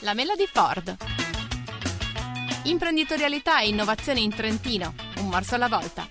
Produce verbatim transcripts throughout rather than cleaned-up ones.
La mela di Ford. Imprenditorialità e innovazione in Trentino, un morso alla volta.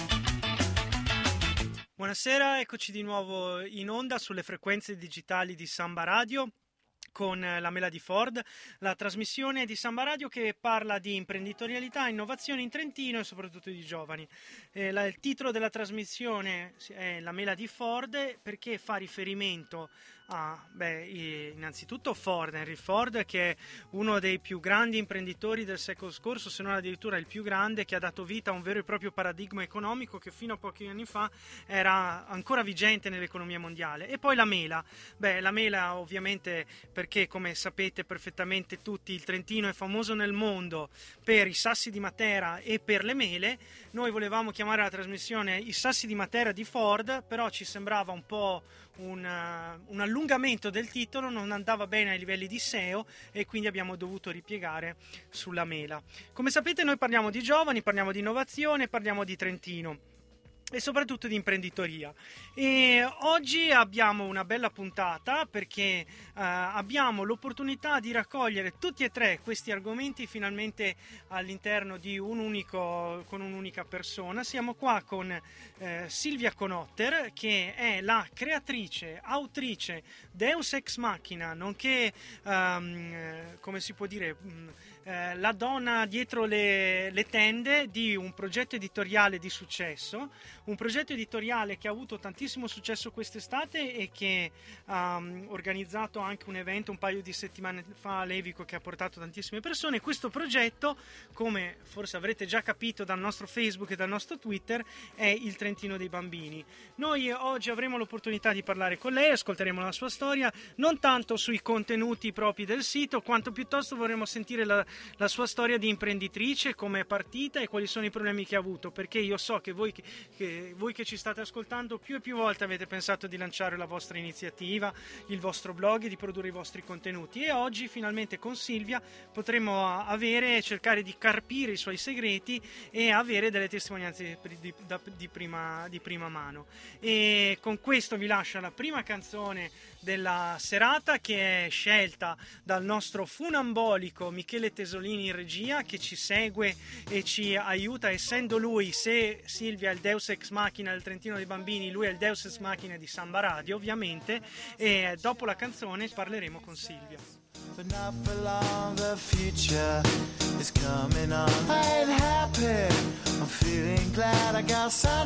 Buonasera, eccoci di nuovo in onda sulle frequenze digitali di Samba Radio con la Mela di Ford, la trasmissione di Samba Radio che parla di imprenditorialità, innovazione in Trentino e soprattutto di giovani. Eh, la, il titolo della trasmissione è La Mela di Ford perché fa riferimento a, beh, innanzitutto Ford, Henry Ford, che è uno dei più grandi imprenditori del secolo scorso, se non addirittura il più grande, che ha dato vita a un vero e proprio paradigma economico che fino a pochi anni fa era ancora vigente nell'economia mondiale. E poi la mela, beh, la mela ovviamente perché, come sapete perfettamente tutti, il Trentino è famoso nel mondo per i sassi di Matera e per le mele. Noi volevamo chiamare la trasmissione I sassi di Matera di Ford, però ci sembrava un po' un, uh, un allungamento del titolo, non andava bene ai livelli di S E O e quindi abbiamo dovuto ripiegare sulla mela. Come sapete noi parliamo di giovani, parliamo di innovazione, parliamo di Trentino e soprattutto di imprenditoria. E oggi abbiamo una bella puntata perché uh, abbiamo l'opportunità di raccogliere tutti e tre questi argomenti finalmente all'interno di un unico, con un'unica persona. Siamo qua con eh, Silvia Conotter, che è la creatrice, autrice Deus Ex Machina, nonché um, come si può dire um, eh, la donna dietro le, le tende di un progetto editoriale di successo. Un progetto editoriale che ha avuto tantissimo successo quest'estate e che ha um, organizzato anche un evento un paio di settimane fa a Levico che ha portato tantissime persone. Questo progetto, come forse avrete già capito dal nostro Facebook e dal nostro Twitter, è il Trentino dei Bambini. Noi oggi avremo l'opportunità di parlare con lei, ascolteremo la sua storia, non tanto sui contenuti propri del sito, quanto piuttosto vorremmo sentire la, la sua storia di imprenditrice, come è partita e quali sono i problemi che ha avuto, perché io so che voi che, che voi che ci state ascoltando più e più volte avete pensato di lanciare la vostra iniziativa, il vostro blog e di produrre i vostri contenuti, e oggi finalmente con Silvia potremo avere, cercare di carpire i suoi segreti e avere delle testimonianze di, di, di, prima, di prima mano. E con questo vi lascio la prima canzone della serata, che è scelta dal nostro funambolico Michele Tesolini in regia, che ci segue e ci aiuta, essendo lui, se Silvia è il Deus Ex Machina del Trentino dei Bambini, lui è il Deus Ex Machina di Samba Radio ovviamente, e dopo la canzone parleremo con Silvia. But not for long, the future is coming on. I ain't happy, I'm feeling glad I got some.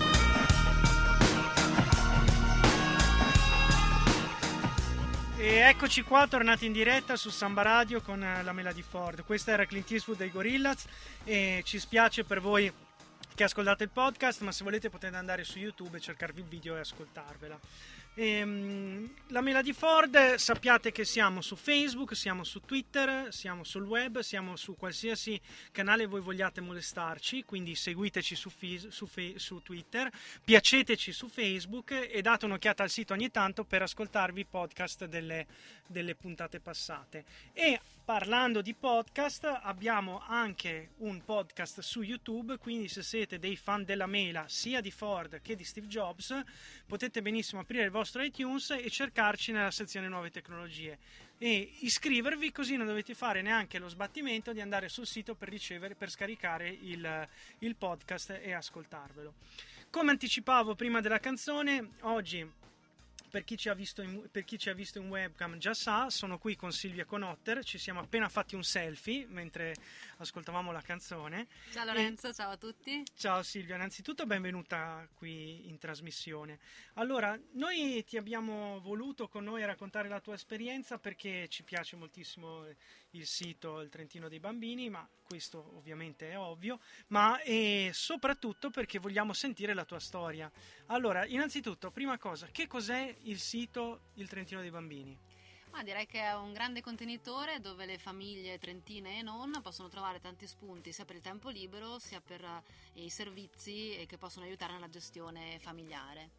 E eccoci qua, tornati in diretta su Samba Radio con la Mela di Ford. Questa era Clint Eastwood dei Gorillaz e ci spiace per voi che ascoltate il podcast, ma se volete potete andare su YouTube e cercarvi il video e ascoltarvela. E, la Mela di Ford, sappiate che siamo su Facebook, siamo su Twitter, siamo sul web, siamo su qualsiasi canale voi vogliate molestarci, quindi seguiteci su, su, su Twitter, piaceteci su Facebook e date un'occhiata al sito ogni tanto per ascoltarvi i podcast delle, delle puntate passate. E parlando di podcast, abbiamo anche un podcast su YouTube, quindi se siete dei fan della mela sia di Ford che di Steve Jobs potete benissimo aprire il vostro iTunes e cercarci nella sezione nuove tecnologie e iscrivervi, così non dovete fare neanche lo sbattimento di andare sul sito per ricevere, per scaricare il, il podcast e ascoltarvelo. Come anticipavo prima della canzone, oggi Per chi, ci ha visto in, per chi ci ha visto in webcam già sa, sono qui con Silvia Conotter, ci siamo appena fatti un selfie mentre ascoltavamo la canzone. Ciao Lorenzo, e... ciao a tutti. Ciao Silvia, innanzitutto benvenuta qui in trasmissione. Allora, noi ti abbiamo voluto con noi raccontare la tua esperienza perché ci piace moltissimo il sito Il Trentino dei Bambini, ma questo ovviamente è ovvio, ma e soprattutto perché vogliamo sentire la tua storia. Allora, innanzitutto, prima cosa, che cos'è il sito Il Trentino dei Bambini? Ah, direi che è un grande contenitore dove le famiglie trentine e non possono trovare tanti spunti sia per il tempo libero sia per eh, i servizi che possono aiutare nella gestione familiare.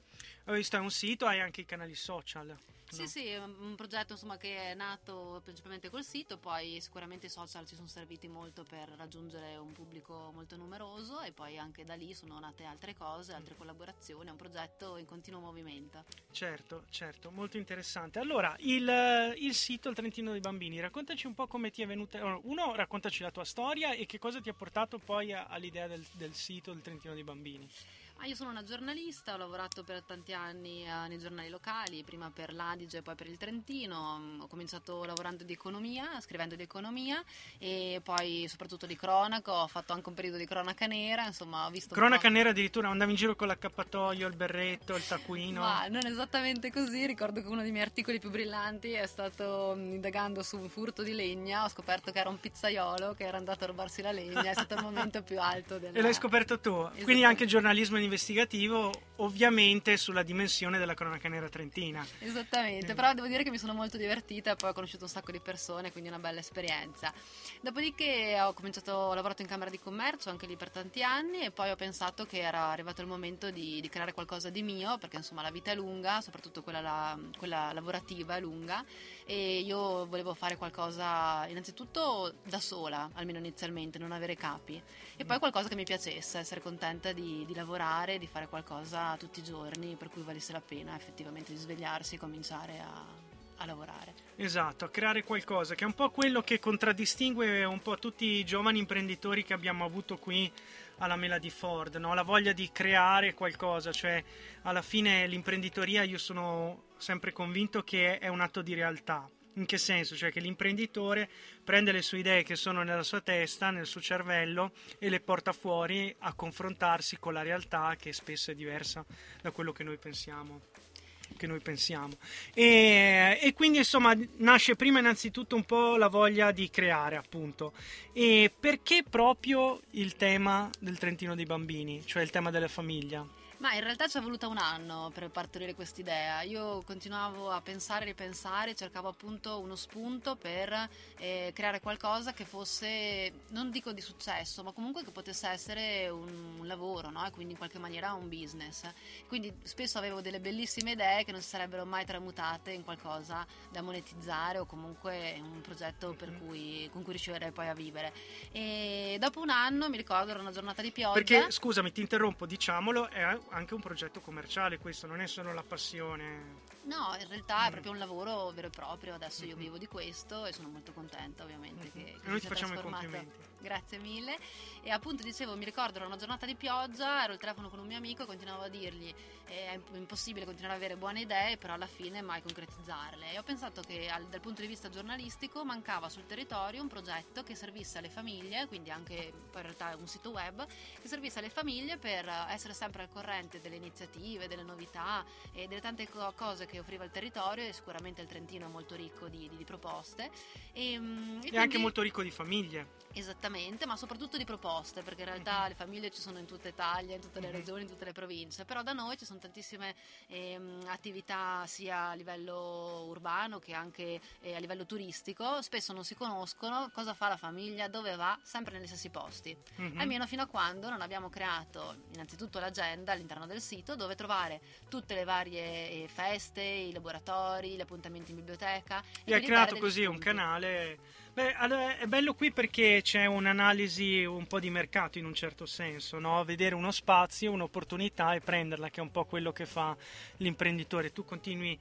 Ho visto, è un sito, hai anche i canali social. Sì, No. sì, è un progetto insomma che è nato principalmente col sito, poi sicuramente i social ci sono serviti molto per raggiungere un pubblico molto numeroso e poi anche da lì sono nate altre cose, altre collaborazioni, è un progetto in continuo movimento. Certo, certo, molto interessante. Allora, il, il sito Il Trentino dei Bambini, raccontaci un po' come ti è venuta. Uno, raccontaci la tua storia e che cosa ti ha portato poi a- all'idea del, del sito Il Trentino dei Bambini. Ah, io sono una giornalista, ho lavorato per tanti anni eh, nei giornali locali, prima per l'Adige e poi per il Trentino. Mm, Ho cominciato lavorando di economia, scrivendo di economia e poi soprattutto di cronaca, ho fatto anche un periodo di cronaca nera, insomma ho visto un Cronaca po'. nera addirittura, andavi in giro con l'accappatoio, il berretto, il taccuino. Ma non esattamente così, ricordo che uno dei miei articoli più brillanti è stato mm, indagando su un furto di legna, ho scoperto che era un pizzaiolo che era andato a rubarsi la legna, è stato il momento più alto della... E l'hai scoperto tu, quindi Esattamente. anche giornalismo investigativo, ovviamente sulla dimensione della cronaca nera trentina. Esattamente, Mm. però devo dire che mi sono molto divertita e poi ho conosciuto un sacco di persone, quindi una bella esperienza. Dopodiché ho cominciato, ho lavorato in Camera di Commercio anche lì per tanti anni e poi ho pensato che era arrivato il momento di, di creare qualcosa di mio, perché insomma la vita è lunga, soprattutto quella, la- quella lavorativa è lunga e io volevo fare qualcosa innanzitutto da sola, almeno inizialmente, non avere capi e poi qualcosa che mi piacesse, essere contenta di, di lavorare, di fare qualcosa tutti i giorni per cui valesse la pena effettivamente di svegliarsi e cominciare a, a lavorare. Esatto, a creare qualcosa, che è un po' quello che contraddistingue un po' tutti i giovani imprenditori che abbiamo avuto qui alla Mela di Ford, no? La voglia di creare qualcosa, cioè alla fine l'imprenditoria, io sono sempre convinto che è un atto di realtà. In che senso? Cioè che l'imprenditore prende le sue idee che sono nella sua testa, nel suo cervello e le porta fuori a confrontarsi con la realtà che spesso è diversa da quello che noi pensiamo. Che noi pensiamo. E, e quindi insomma nasce prima innanzitutto un po' la voglia di creare, appunto. E perché proprio il tema del Trentino dei Bambini, cioè il tema della famiglia? Ma in realtà ci è voluto un anno per partorire quest'idea. Io continuavo a pensare e ripensare, cercavo appunto uno spunto per eh, creare qualcosa che fosse, non dico di successo, ma comunque che potesse essere un, un lavoro, no? E quindi in qualche maniera un business. Quindi spesso avevo delle bellissime idee che non si sarebbero mai tramutate in qualcosa da monetizzare o comunque un progetto per cui, con cui riuscirei poi a vivere. E dopo un anno, mi ricordo, era una giornata di pioggia. Perché, scusami, ti interrompo, diciamolo, è anche un progetto commerciale questo, non è solo la passione. No, in realtà è Mm. proprio un lavoro vero e proprio, adesso io Mhm. vivo di questo e sono molto contenta ovviamente Mhm. che, E che noi si ti sia facciamo i trasformato. complimenti. Grazie mille. E appunto dicevo, mi ricordo, era una giornata di pioggia, ero al telefono con un mio amico e continuavo a dirgli eh, è imp- impossibile continuare ad avere buone idee, però alla fine mai concretizzarle. E ho pensato che al- dal punto di vista giornalistico mancava sul territorio un progetto che servisse alle famiglie, quindi anche poi in realtà un sito web, che servisse alle famiglie per essere sempre al corrente delle iniziative, delle novità e delle tante co- cose che offriva il territorio e sicuramente il Trentino è molto ricco di, di- di proposte. E, mm, e È anche quindi- molto ricco di famiglie. Esattamente, ma soprattutto di proposte, perché in realtà Mhm. le famiglie ci sono in tutta Italia, in tutte le Mhm. regioni, in tutte le province, però da noi ci sono tantissime ehm, attività sia a livello urbano che anche eh, a livello turistico, spesso non si conoscono cosa fa la famiglia, dove va, sempre negli stessi posti. Mhm. Almeno fino a quando non abbiamo creato innanzitutto l'agenda all'interno del sito dove trovare tutte le varie eh, feste, i laboratori, gli appuntamenti in biblioteca. E ha quindi dare creato degli così un spunti. canale. Beh, allora, è bello qui perché c'è un'analisi un po' di mercato in un certo senso, no? Vedere uno spazio, un'opportunità e prenderla, che è un po' quello che fa l'imprenditore. Tu continui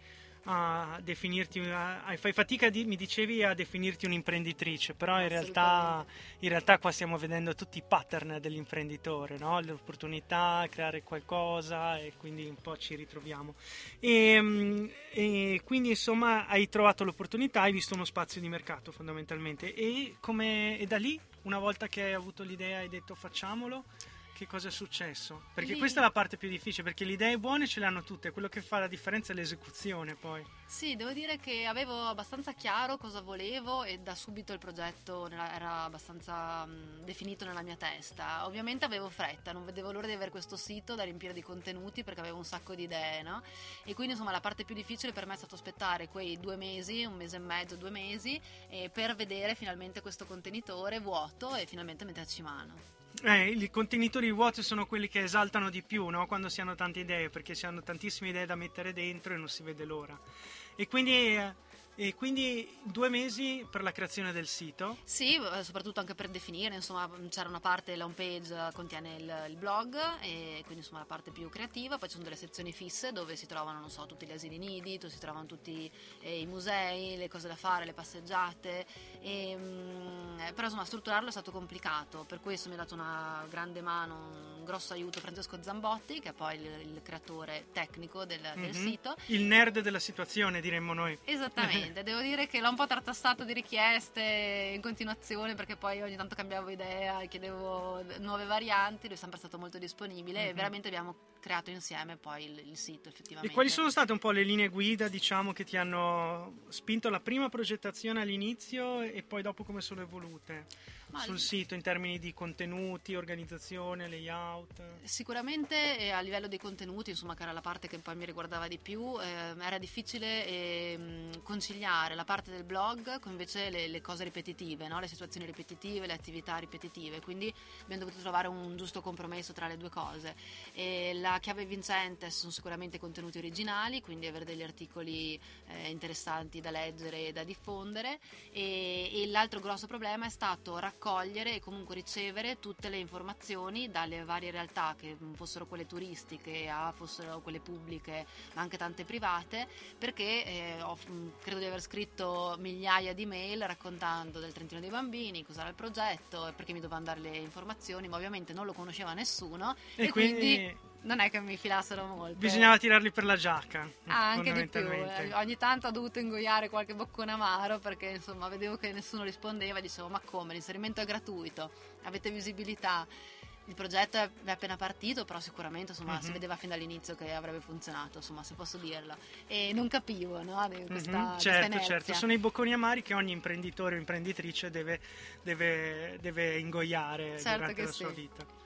a definirti, a- fai fatica, di- mi dicevi, a definirti un'imprenditrice, però in realtà, in realtà qua stiamo vedendo tutti i pattern dell'imprenditore, no? L'opportunità, creare qualcosa e quindi un po' ci ritroviamo. E, mm, e quindi insomma hai trovato l'opportunità, hai visto uno spazio di mercato fondamentalmente e, come, e da lì, una volta che hai avuto l'idea, hai detto facciamolo. Che cosa è successo? Perché Lì- questa è la parte più difficile, perché le idee buone ce le hanno tutte, quello che fa la differenza è l'esecuzione poi. Sì, devo dire che avevo abbastanza chiaro cosa volevo e da subito il progetto nella- era abbastanza mh, definito nella mia testa. Ovviamente avevo fretta, non vedevo l'ora di avere questo sito da riempire di contenuti perché avevo un sacco di idee, no? E quindi insomma la parte più difficile per me è stato aspettare quei due mesi, un mese e mezzo, due mesi, eh, per vedere finalmente questo contenitore vuoto e finalmente metterci mano. Eh, i contenitori vuoti sono quelli che esaltano di più, no? Quando si hanno tante idee, perché si hanno tantissime idee da mettere dentro e non si vede l'ora. E quindi, eh, e quindi due mesi per la creazione del sito? Sì, eh, soprattutto anche per definire, insomma, c'era una parte, la home page eh, contiene il, il blog, e quindi insomma la parte più creativa, poi ci sono delle sezioni fisse dove si trovano, non so, tutti gli asili nidi, dove si trovano tutti eh, i musei, le cose da fare, le passeggiate, e, mh, però insomma strutturarlo è stato complicato, per questo mi ha dato una grande mano, un grosso aiuto Francesco Zambotti, che è poi il, il creatore tecnico del, Mm-hmm. del sito. Il nerd della situazione, diremmo noi. Esattamente. Devo dire che l'ho un po' tartassato di richieste in continuazione, perché poi ogni tanto cambiavo idea e chiedevo nuove varianti. Lui è sempre stato molto disponibile, mm-hmm. e veramente abbiamo creato insieme poi il, il sito, effettivamente. E quali sono state un po' le linee guida, diciamo, che ti hanno spinto la prima progettazione all'inizio e poi dopo come sono evolute Ma sul il... sito in termini di contenuti, organizzazione, layout? Sicuramente eh, a livello dei contenuti, insomma, che era la parte che poi mi riguardava di più, eh, era difficile eh, conciliare la parte del blog con invece le, le cose ripetitive, no? Le situazioni ripetitive, le attività ripetitive, quindi abbiamo dovuto trovare un giusto compromesso tra le due cose. E la chiave vincente sono sicuramente i contenuti originali, quindi avere degli articoli eh, interessanti da leggere e da diffondere, e, e l'altro grosso problema è stato raccogliere e comunque ricevere tutte le informazioni dalle varie realtà, che fossero quelle turistiche, a fossero quelle pubbliche, ma anche tante private, perché eh, ho, credo di aver scritto migliaia di mail raccontando del Trentino dei Bambini, cos'era il progetto, perché mi dovevano dare le informazioni, ma ovviamente non lo conosceva nessuno, e, e quindi, quindi non è che mi filassero molto. Bisognava tirarli per la giacca. Ah, anche di più. Ogni tanto ho dovuto ingoiare qualche boccone amaro, perché insomma vedevo che nessuno rispondeva, dicevo: ma come, l'inserimento è gratuito, avete visibilità, il progetto è appena partito, però sicuramente insomma mm-hmm. si vedeva fin dall'inizio che avrebbe funzionato, insomma, se posso dirlo, e non capivo, no, di questa, mm-hmm. certo, questa certo, sono i bocconi amari che ogni imprenditore o imprenditrice deve, deve, deve ingoiare certo durante la sì. sua vita.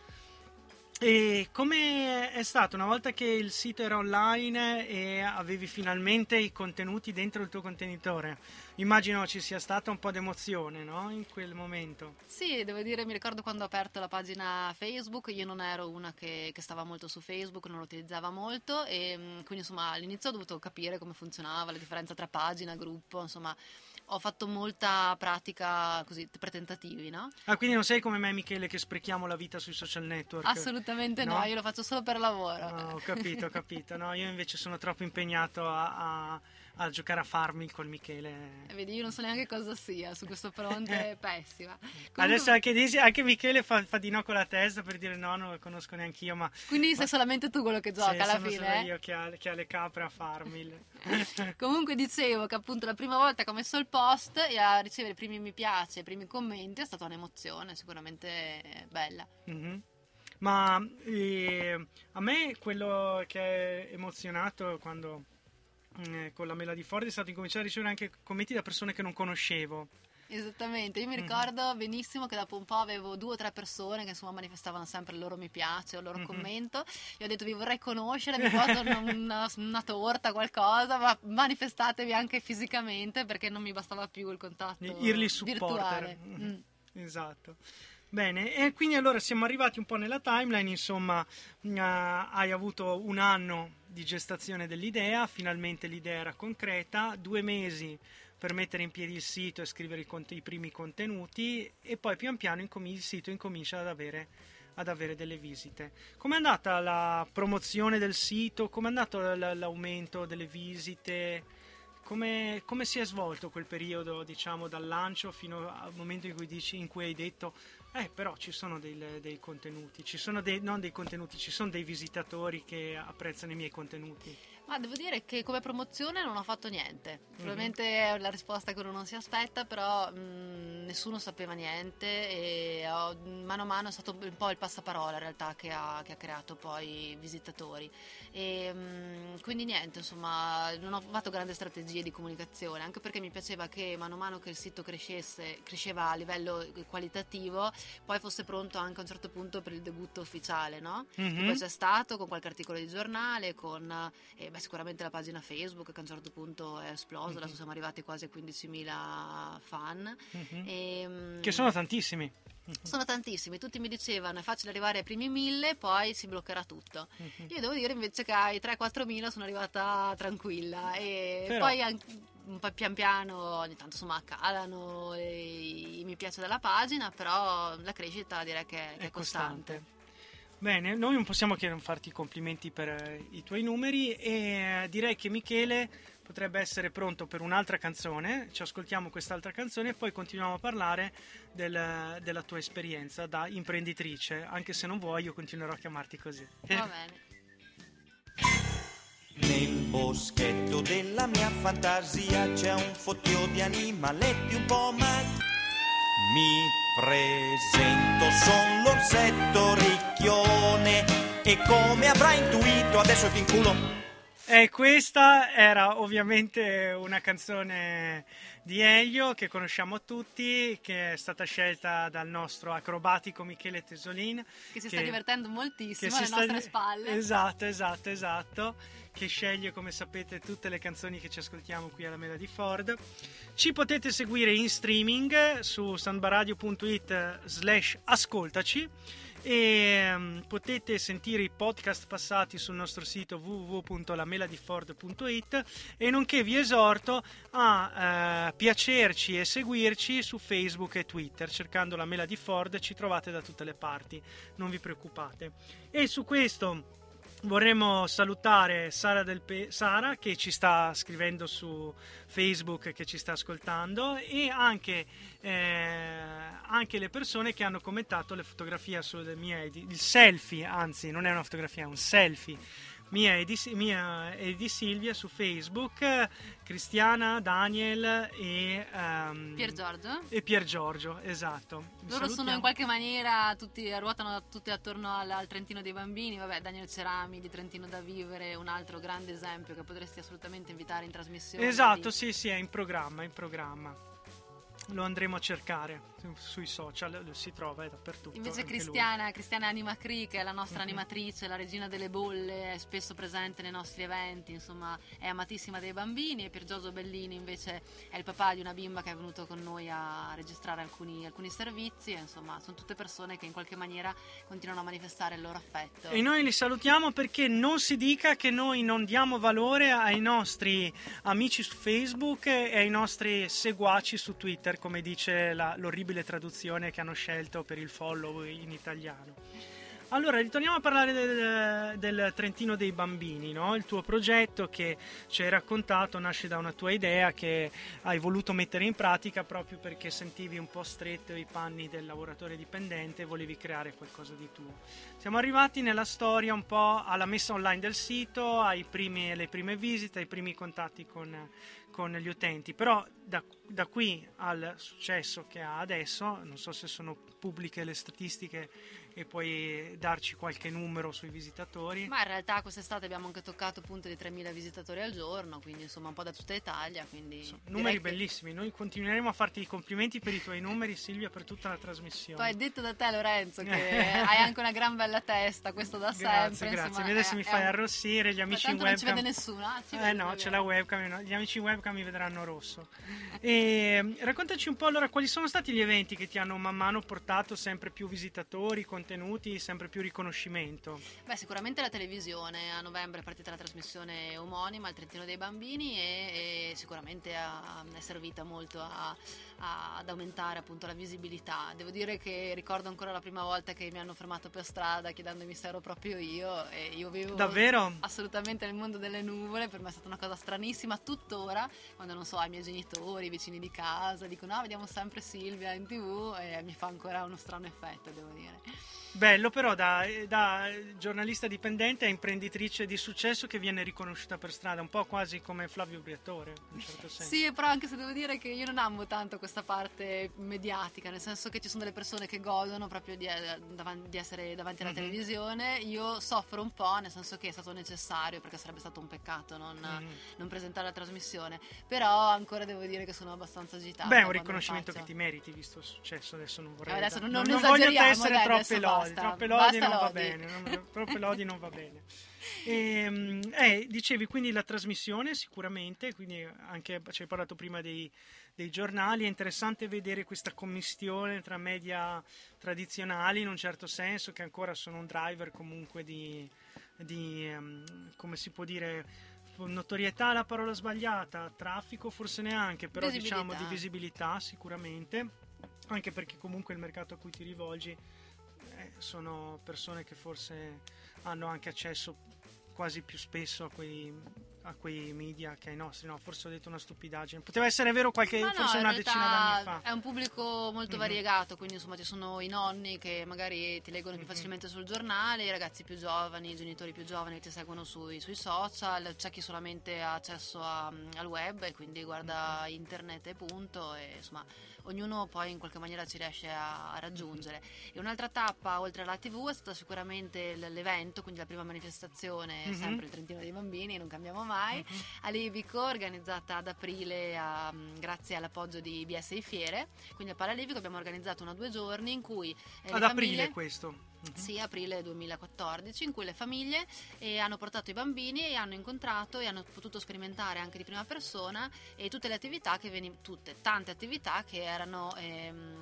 E come è stato una volta che il sito era online e avevi finalmente i contenuti dentro il tuo contenitore? Immagino ci sia stata un po' d'emozione, no? In quel momento. Sì, devo dire, mi ricordo quando ho aperto la pagina Facebook, io non ero una che, che stava molto su Facebook, non lo utilizzava molto, e quindi insomma all'inizio ho dovuto capire come funzionava, la differenza tra pagina, gruppo, insomma ho fatto molta pratica così per tentativi, no? Ah, quindi non sei come me, Michele, che sprechiamo la vita sui social network? Assolutamente no, no, io lo faccio solo per lavoro. No, ho capito, ho capito. No, io invece sono troppo impegnato a, a, a giocare a Farming con Michele. E vedi, io non so neanche cosa sia, su questo fronte è pessima. Comunque... Adesso anche, dici, anche Michele fa, fa di no con la testa per dire no, non lo conosco neanche io, ma... Quindi ma... sei solamente tu quello che gioca, sì, alla sono fine, solo eh? io che ha, che ha le capre a Farmil. Comunque dicevo che appunto la prima volta che ho messo il post e a ricevere i primi mi piace, i primi commenti, è stata un'emozione sicuramente bella. Mm-hmm. Ma eh, a me quello che è emozionato quando eh, con la Mela di Ford è stato incominciare a ricevere anche commenti da persone che non conoscevo. Esattamente, io mi ricordo mm-hmm. benissimo che dopo un po' avevo due o tre persone che insomma manifestavano sempre il loro mi piace o il loro mm-hmm. commento. Io ho detto: vi vorrei conoscere, mi porto una, una, una torta, qualcosa, ma manifestatevi anche fisicamente, perché non mi bastava più il contatto Early supporter. virtuale. Mm. Esatto. Bene, e quindi allora siamo arrivati un po' nella timeline, insomma, uh, hai avuto un anno di gestazione dell'idea, finalmente l'idea era concreta, due mesi per mettere in piedi il sito e scrivere i, cont- i primi contenuti, e poi pian piano incomi- il sito incomincia ad avere, ad avere delle visite. Com'è andata la promozione del sito? Com'è andato l- l'aumento delle visite? Come, come si è svolto quel periodo, diciamo, dal lancio fino al momento in cui, dici, in cui hai detto eh però ci sono dei, dei contenuti, ci sono dei, non dei contenuti, ci sono dei visitatori che apprezzano i miei contenuti? Ma devo dire che come promozione non ho fatto niente. Probabilmente mm-hmm. è la risposta che uno non si aspetta, però mh, nessuno sapeva niente, e ho, mano a mano è stato un po' il passaparola in realtà che ha, che ha creato poi visitatori. E, mh, quindi niente, insomma, non ho fatto grandi strategie di comunicazione, anche perché mi piaceva che mano a mano che il sito crescesse, cresceva a livello qualitativo, poi fosse pronto anche a un certo punto per il debutto ufficiale, no? Mm-hmm. Che poi c'è stato con qualche articolo di giornale, con eh, beh, sicuramente la pagina Facebook che a un certo punto è esplosa, mm-hmm. adesso siamo arrivati quasi a quindicimila fan, mm-hmm. E, che sono tantissimi. Sono tantissimi, tutti mi dicevano è facile arrivare ai primi mille, poi si bloccherà tutto. Uh-huh. Io devo dire invece che ai tre quattro mila sono arrivata tranquilla e Però... poi anche, un po' pian piano ogni tanto insomma calano i, i mi piace della pagina, però la crescita direi che, che è, è costante. costante. Bene, noi non possiamo che non farti i complimenti per eh, i tuoi numeri e eh, direi che Michele potrebbe essere pronto per un'altra canzone. Ci ascoltiamo quest'altra canzone e poi continuiamo a parlare del, della tua esperienza da imprenditrice. Anche se non vuoi, io continuerò a chiamarti così. Va bene. Nel boschetto della mia fantasia c'è un fottio di animaletti un po' matti. Mi presento, son l'orsetto ricchione e come avrai intuito adesso ti inculo. E questa era ovviamente una canzone di Elio che conosciamo tutti, che è stata scelta dal nostro acrobatico Michele Tesolin. Che si sta che, divertendo moltissimo alle nostre spalle. Esatto, esatto, esatto. Che sceglie, come sapete, tutte le canzoni che ci ascoltiamo qui alla Mela di Ford. Ci potete seguire in streaming su sambaradio punto it slash ascoltaci e um, potete sentire i podcast passati sul nostro sito w w w punto la mela di ford punto it e nonché vi esorto a uh, piacerci e seguirci su Facebook e Twitter. Cercando la Mela di Ford ci trovate da tutte le parti, non vi preoccupate. E su questo vorremmo salutare Sara, del Pe- Sara che ci sta scrivendo su Facebook, che ci sta ascoltando, e anche, eh, anche le persone che hanno commentato le fotografie sulle mie edi- il selfie, anzi non è una fotografia, è un selfie mia e, di, mia e di Silvia su Facebook, Cristiana, Daniel e um, Pier Giorgio e Pier Giorgio, esatto. Loro salutiamo. Sono in qualche maniera tutti, ruotano tutti attorno al, al Trentino dei bambini. Vabbè, Daniel Cerami di Trentino da Vivere, un altro grande esempio che potresti assolutamente invitare in trasmissione. Esatto, di... sì sì, è in programma, è in programma. Lo andremo a cercare sui social, si trova è dappertutto. Invece Cristiana, Cristiana Anima Cree, che è la nostra uh-huh. animatrice, la regina delle bolle, è spesso presente nei nostri eventi, insomma è amatissima dei bambini. E Pier Giorgio Bellini invece è il papà di una bimba che è venuto con noi a registrare alcuni, alcuni servizi, e insomma sono tutte persone che in qualche maniera continuano a manifestare il loro affetto. E noi li salutiamo perché non si dica che noi non diamo valore ai nostri amici su Facebook e ai nostri seguaci su Twitter, come dice la, l'orribile traduzione che hanno scelto per il follow in italiano. Allora, ritorniamo a parlare del, del Trentino dei bambini, no? Il tuo progetto che ci hai raccontato nasce da una tua idea che hai voluto mettere in pratica proprio perché sentivi un po' stretto i panni del lavoratore dipendente e volevi creare qualcosa di tuo. Siamo arrivati nella storia un po' alla messa online del sito, ai primi, alle prime visite, ai primi contatti con, con gli utenti, però da, da qui al successo che ha adesso, non so se sono pubbliche le statistiche e puoi darci qualche numero sui visitatori. Ma in realtà quest'estate abbiamo anche toccato punte di tremila visitatori al giorno, quindi insomma un po' da tutta Italia, quindi so, numeri che... bellissimi. Noi continueremo a farti i complimenti per i tuoi numeri, Silvia, per tutta la trasmissione. Poi detto da te, Lorenzo, che hai anche una gran bella testa, questo da grazie, sempre. Grazie, insomma, adesso è, mi è fai un... arrossire, gli amici in webcam. Non ci vede nessuno. Ah, ci eh vede, no, c'è la webcam, no? Gli amici in webcam mi vedranno rosso. E raccontaci un po' allora quali sono stati gli eventi che ti hanno man mano portato sempre più visitatori, contenuti, sempre più riconoscimento. Beh, sicuramente la televisione. A novembre è partita la trasmissione omonima, il Trentino dei bambini, e, e sicuramente ha, è servita molto a, a, ad aumentare appunto la visibilità. Devo dire che ricordo ancora la prima volta che mi hanno fermato per strada chiedendomi se ero proprio io, e io vivo davvero assolutamente nel mondo delle nuvole. Per me è stata una cosa stranissima, tuttora quando non so, ai miei genitori, i vicini di casa dicono ah, vediamo sempre Silvia in tv, e mi fa ancora uno strano effetto, devo dire. Bello, però da, da giornalista dipendente a imprenditrice di successo che viene riconosciuta per strada, un po' quasi come Flavio Briatore in un certo senso. Sì, però anche se devo dire che io non amo tanto questa parte mediatica, nel senso che ci sono delle persone che godono proprio di, di essere davanti alla mm-hmm. televisione. Io soffro un po', nel senso che è stato necessario, perché sarebbe stato un peccato non, mm-hmm. non presentare la trasmissione, persone, però ancora devo dire che sono abbastanza agitata. Beh, è un quando lo riconoscimento faccio. che ti meriti visto il successo. Adesso non vorrei, Adesso non- non, non non voglio esageriamo, tessere dai, troppe adesso lodi, basta. troppe lodi Basta non va lodi. bene, non- troppe lodi non va bene. E, eh, dicevi quindi la trasmissione sicuramente, quindi anche ci hai parlato prima dei, dei giornali, è interessante vedere questa commistione tra media tradizionali in un certo senso, che ancora sono un driver comunque di, di um, come si può dire, notorietà è la parola sbagliata, traffico forse neanche, però Visibilità. diciamo di visibilità sicuramente, anche perché comunque il mercato a cui ti rivolgi eh, sono persone che forse hanno anche accesso quasi più spesso a quei, a quei media che ai nostri. No, forse ho detto una stupidaggine, poteva essere vero qualche, Ma no, forse in una realtà decina d'anni fa. è un pubblico molto Mhm. variegato, quindi insomma ci sono i nonni che magari ti leggono più Mhm. facilmente sul giornale, i ragazzi più giovani, i genitori più giovani che ti seguono sui, sui social, c'è chi solamente ha accesso a- al web e quindi guarda internet e punto, e insomma ognuno poi in qualche maniera ci riesce a, a raggiungere. E un'altra tappa oltre alla tivù è stata sicuramente l- l'evento, quindi la prima manifestazione, Mhm. sempre il Trentino dei Bambini, non cambiamo mai, Mhm. a Levico, organizzata ad aprile a- grazie all'appoggio di B S I Fiere. Quindi a Palalevico abbiamo organizzato una due giorni in cui eh, Ad le aprile famiglie, questo. Mhm. sì, aprile duemilaquattordici, in cui le famiglie eh, hanno portato i bambini e hanno incontrato e hanno potuto sperimentare anche di prima persona e tutte le attività che venivano, tutte, tante attività che erano ehm,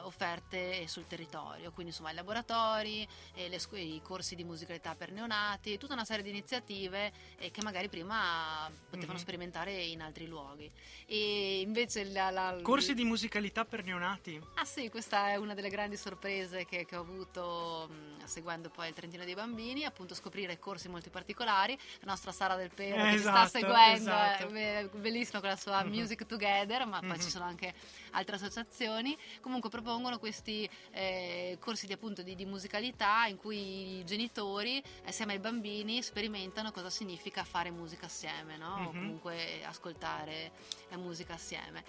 offerte sul territorio, quindi insomma i laboratori, eh, le scu- i corsi di musicalità per neonati, tutta una serie di iniziative eh, che magari prima potevano Mhm. sperimentare in altri luoghi. E invece la, la- Corsi di musicalità per neonati. Ah sì, questa è una delle grandi sorprese che, che ho avuto mh, seguendo poi il Trentino dei Bambini, appunto scoprire corsi molto particolari. La nostra Sara Del Pero Eh, che ci sta esatto, seguendo esatto. è be- bellissima con la sua Mhm. Music Together, ma poi Mhm. ci sono anche altre associazioni. Comunque propongono questi eh, corsi di appunto di, di musicalità in cui i genitori assieme ai bambini sperimentano cosa significa fare musica assieme, no? O Mhm. comunque ascoltare la musica assieme.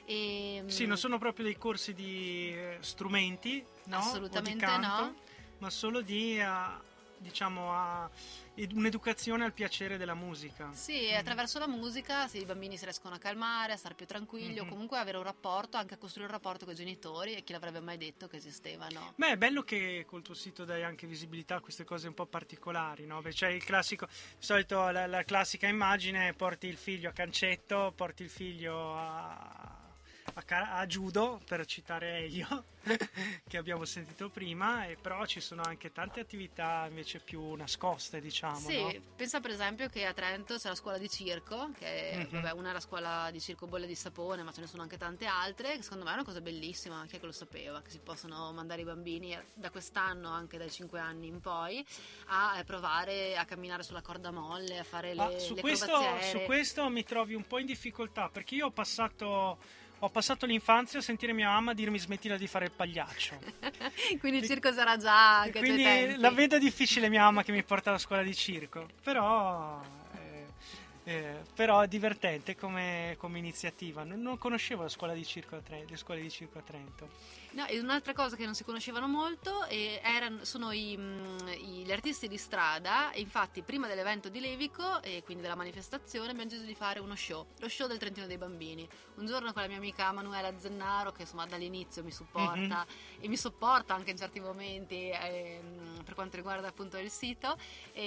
E, Sì, non sono proprio dei corsi di eh, strumenti, no? Assolutamente o di canto, no. ma solo di, eh, diciamo, a- ed- un'educazione al piacere della musica. Sì, e attraverso la musica sì, i bambini si riescono a calmare, a stare più tranquilli o Mhm. comunque avere un rapporto, anche a costruire un rapporto con i genitori, e chi l'avrebbe mai detto che esistevano. Beh, è bello che col tuo sito dai anche visibilità a queste cose un po' particolari, no? Beh, c'è il classico, di solito la, la classica immagine, porti il figlio a cancetto, porti il figlio a, a, ca- a judo, per citare Elio, che abbiamo sentito prima, e però ci sono anche tante attività invece più nascoste, diciamo, Sì, no? pensa per esempio che a Trento c'è la scuola di circo, che Mhm. vabbè, una è la scuola di circo Bolle di Sapone, ma ce ne sono anche tante altre, che secondo me è una cosa bellissima, chi è che lo sapeva, che si possono mandare i bambini da quest'anno, anche dai cinque anni in poi, a eh, provare a camminare sulla corda molle, a fare le, Ah, su, le questo, acrobazie su aeree. questo mi trovi un po' in difficoltà, perché io ho passato, ho passato l'infanzia a sentire mia mamma dirmi smettila di fare il pagliaccio. Quindi il circo sarà già anche E ai tuoi quindi tempi. la vedo difficile mia mamma che mi porta alla scuola di circo, però, eh, eh, però è divertente come, come iniziativa. Non, non conoscevo la scuola di circo a Trento, le scuole di circo a Trento. No, e un'altra cosa che non si conoscevano molto eh, erano, sono i, mh, i- gli artisti di strada, e infatti prima dell'evento di Levico e quindi della manifestazione abbiamo deciso di fare uno show, lo show del Trentino dei Bambini. Un giorno con la mia amica Manuela Zennaro, che insomma dall'inizio mi supporta Mhm. e mi sopporta anche in certi momenti ehm, per quanto riguarda appunto il sito,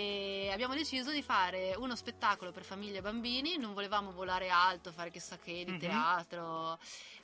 e abbiamo deciso di fare uno spettacolo per famiglie e bambini. Non volevamo volare alto, fare chissà che di Mhm. teatro,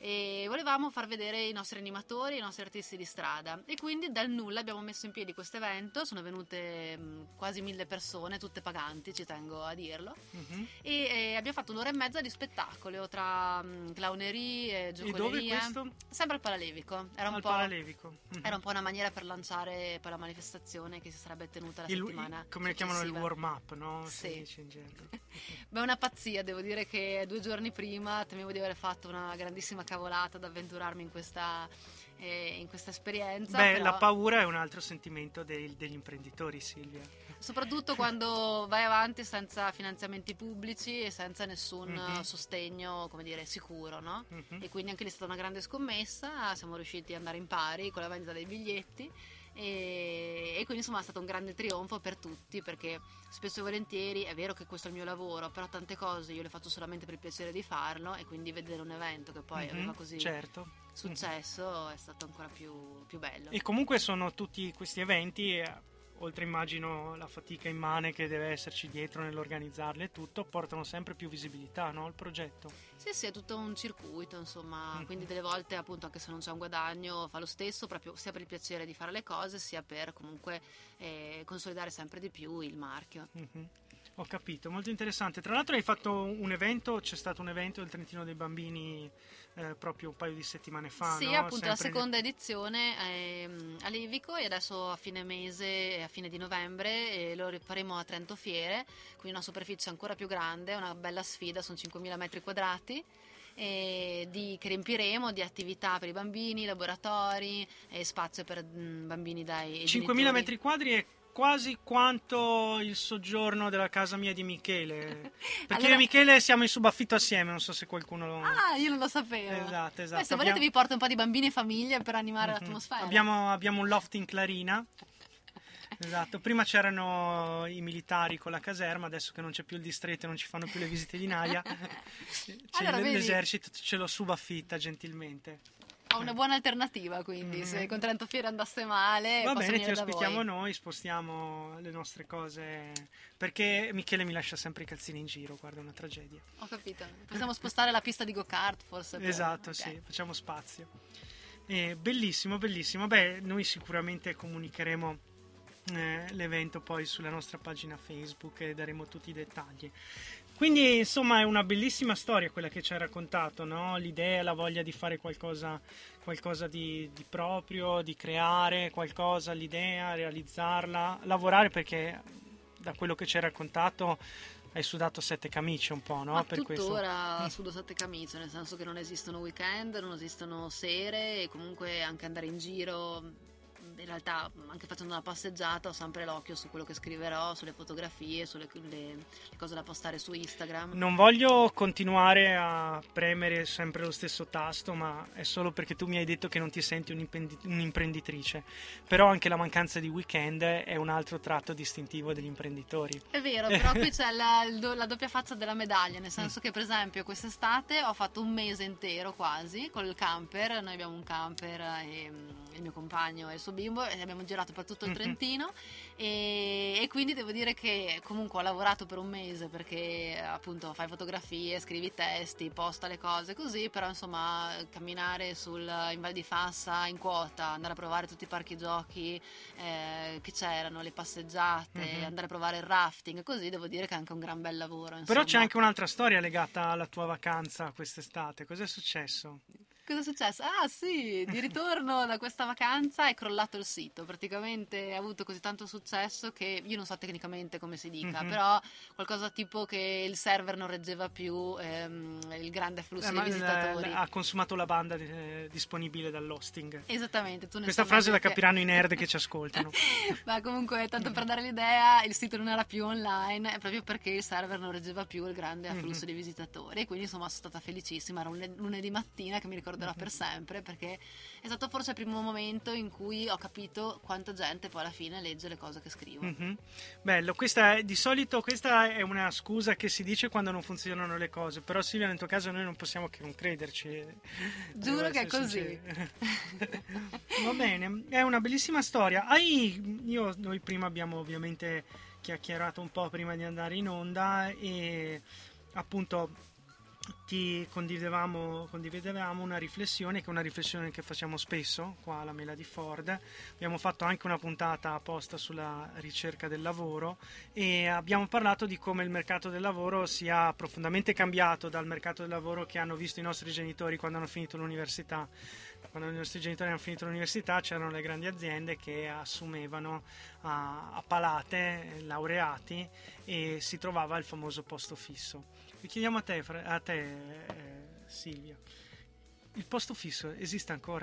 e volevamo far vedere i nostri animatori, i nostri artisti di strada, e quindi dal nulla abbiamo messo in piedi questo evento. Sono venute mh, quasi mille persone, tutte paganti, ci tengo a dirlo, Mhm. e eh, abbiamo fatto un'ora e mezza di spettacolo tra mh, clownerie, E dove giocolerie, questo? sempre al Palalevico. Era un Al po', Paralevico. Mhm. era un po' una maniera per lanciare poi la manifestazione che si sarebbe tenuta la Il- settimana come lo chiamano il successiva. warm up, no? Si Sì. dice in gergo. Beh, una pazzia, devo dire che due giorni prima temevo di aver fatto una grandissima cavolata ad avventurarmi in questa, eh, in questa esperienza. Beh, però- la paura è un altro sentimento dei- degli imprenditori, Silvia. soprattutto quando vai avanti senza finanziamenti pubblici e senza nessun Mhm. sostegno, come dire, sicuro, no? Mhm. E quindi anche lì è stata una grande scommessa. Siamo riusciti ad andare in pari con la vendita dei biglietti e, e quindi insomma è stato un grande trionfo per tutti, perché spesso e volentieri è vero che questo è il mio lavoro, però tante cose io le faccio solamente per il piacere di farlo, e quindi vedere un evento che poi mm-hmm, aveva così certo. successo è stato ancora più, più bello. E comunque sono tutti questi eventi, eh, oltre immagino la fatica immane che deve esserci dietro nell'organizzarli e tutto, portano sempre più visibilità, no, al progetto. Sì, sì, è tutto un circuito, insomma, Mm-hmm. quindi delle volte appunto anche se non c'è un guadagno fa lo stesso, proprio sia per il piacere di fare le cose, sia per comunque eh, consolidare sempre di più il marchio. Mm-hmm. Ho capito, molto interessante. Tra l'altro hai fatto un evento, c'è stato un evento del Trentino dei Bambini eh, proprio un paio di settimane fa, Sì, no? appunto Sempre la seconda edizione è a Levico, e adesso a fine mese, a fine di novembre, eh, lo faremo a Trento Fiere, quindi una superficie ancora più grande, una bella sfida, sono cinquemila metri quadrati. E di, che riempiremo di attività per i bambini, laboratori e spazio per mh, bambini dai cinquemila genitori. metri quadri è quasi quanto il soggiorno della casa mia di Michele, perché Allora... io e Michele siamo in subaffitto assieme, non so se qualcuno lo... Ah, io non lo sapevo. Esatto, esatto. Beh, se volete Abbiamo... vi porto un po' di bambini e famiglie per animare mm-hmm. l'atmosfera. Abbiamo, abbiamo un loft in Clarina. Esatto, prima c'erano i militari con la caserma, adesso che non c'è più il distretto e non ci fanno più le visite di naia, c'è allora, l'esercito, ce lo subaffitta gentilmente. Ho una buona alternativa, quindi mm-hmm. se con Trento Fiere andasse male va posso bene, ti venire da ospitiamo voi. noi, spostiamo le nostre cose, perché Michele mi lascia sempre i calzini in giro, guarda, è una tragedia. Ho capito, possiamo spostare la pista di go-kart forse per... Esatto, okay. Sì, facciamo spazio. Eh, bellissimo, bellissimo. Beh, noi sicuramente comunicheremo eh, l'evento poi sulla nostra pagina Facebook e daremo tutti i dettagli. Quindi insomma è una bellissima storia quella che ci hai raccontato, no? L'idea, la voglia di fare qualcosa, qualcosa di, di proprio, di creare qualcosa, l'idea, realizzarla, lavorare, perché da quello che ci hai raccontato hai sudato sette camicie un po', no? Ma per tuttora questo. sudo sette camicie, nel senso che non esistono weekend, non esistono sere, e comunque anche andare in giro, in realtà anche facendo una passeggiata ho sempre l'occhio su quello che scriverò, sulle fotografie, sulle le, le cose da postare su Instagram. Non voglio continuare a premere sempre lo stesso tasto, ma è solo perché tu mi hai detto che non ti senti un'imprenditrice, però anche la mancanza di weekend è un altro tratto distintivo degli imprenditori. È vero, però qui c'è la, la doppia faccia della medaglia, nel senso che per esempio quest'estate ho fatto un mese intero quasi col camper, noi abbiamo un camper e il mio compagno e il suo bimbo, e abbiamo girato per tutto il Trentino, e, e quindi devo dire che comunque ho lavorato per un mese, perché appunto fai fotografie, scrivi testi, posta le cose così, però insomma camminare sul, in Val di Fassa in quota, andare a provare tutti i parchi giochi eh, che c'erano, le passeggiate, mm-hmm. andare a provare il rafting, così devo dire che è anche un gran bel lavoro, insomma. Però c'è anche un'altra storia legata alla tua vacanza quest'estate, cos'è successo? Cosa è successo? Ah sì, di ritorno da questa vacanza è crollato il sito, praticamente ha avuto così tanto successo che io non so tecnicamente come si dica, mm-hmm. però qualcosa tipo che il server non reggeva più ehm, il grande afflusso eh, di visitatori. Ha consumato la banda eh, disponibile dall'hosting. Esattamente. Tu ne Questa frase la capiranno i nerd che ci ascoltano. Ma comunque, tanto per dare l'idea, il sito non era più online proprio perché il server non reggeva più il grande afflusso mm-hmm. di visitatori, e quindi insomma sono stata felicissima, era un lunedì mattina che mi ricordo per sempre, perché è stato forse il primo momento in cui ho capito quanta gente poi alla fine legge le cose che scrivo. Mm-hmm. Bello, questa è, di solito questa è una scusa che si dice quando non funzionano le cose, però Silvia nel tuo caso noi non possiamo che non crederci. Giuro che è così. Va bene, è una bellissima storia. Hai, io, noi prima abbiamo ovviamente chiacchierato un po' prima di andare in onda e appunto ti condividevamo, condividevamo una riflessione che è una riflessione che facciamo spesso qua alla Mela di Ford. Abbiamo fatto anche una puntata apposta sulla ricerca del lavoro e abbiamo parlato di come il mercato del lavoro sia profondamente cambiato dal mercato del lavoro che hanno visto i nostri genitori quando hanno finito l'università. Quando i nostri genitori hanno finito l'università c'erano le grandi aziende che assumevano a, a palate laureati e si trovava il famoso posto fisso. Vi chiediamo a te, a te eh, Silvia, il posto fisso esiste ancora?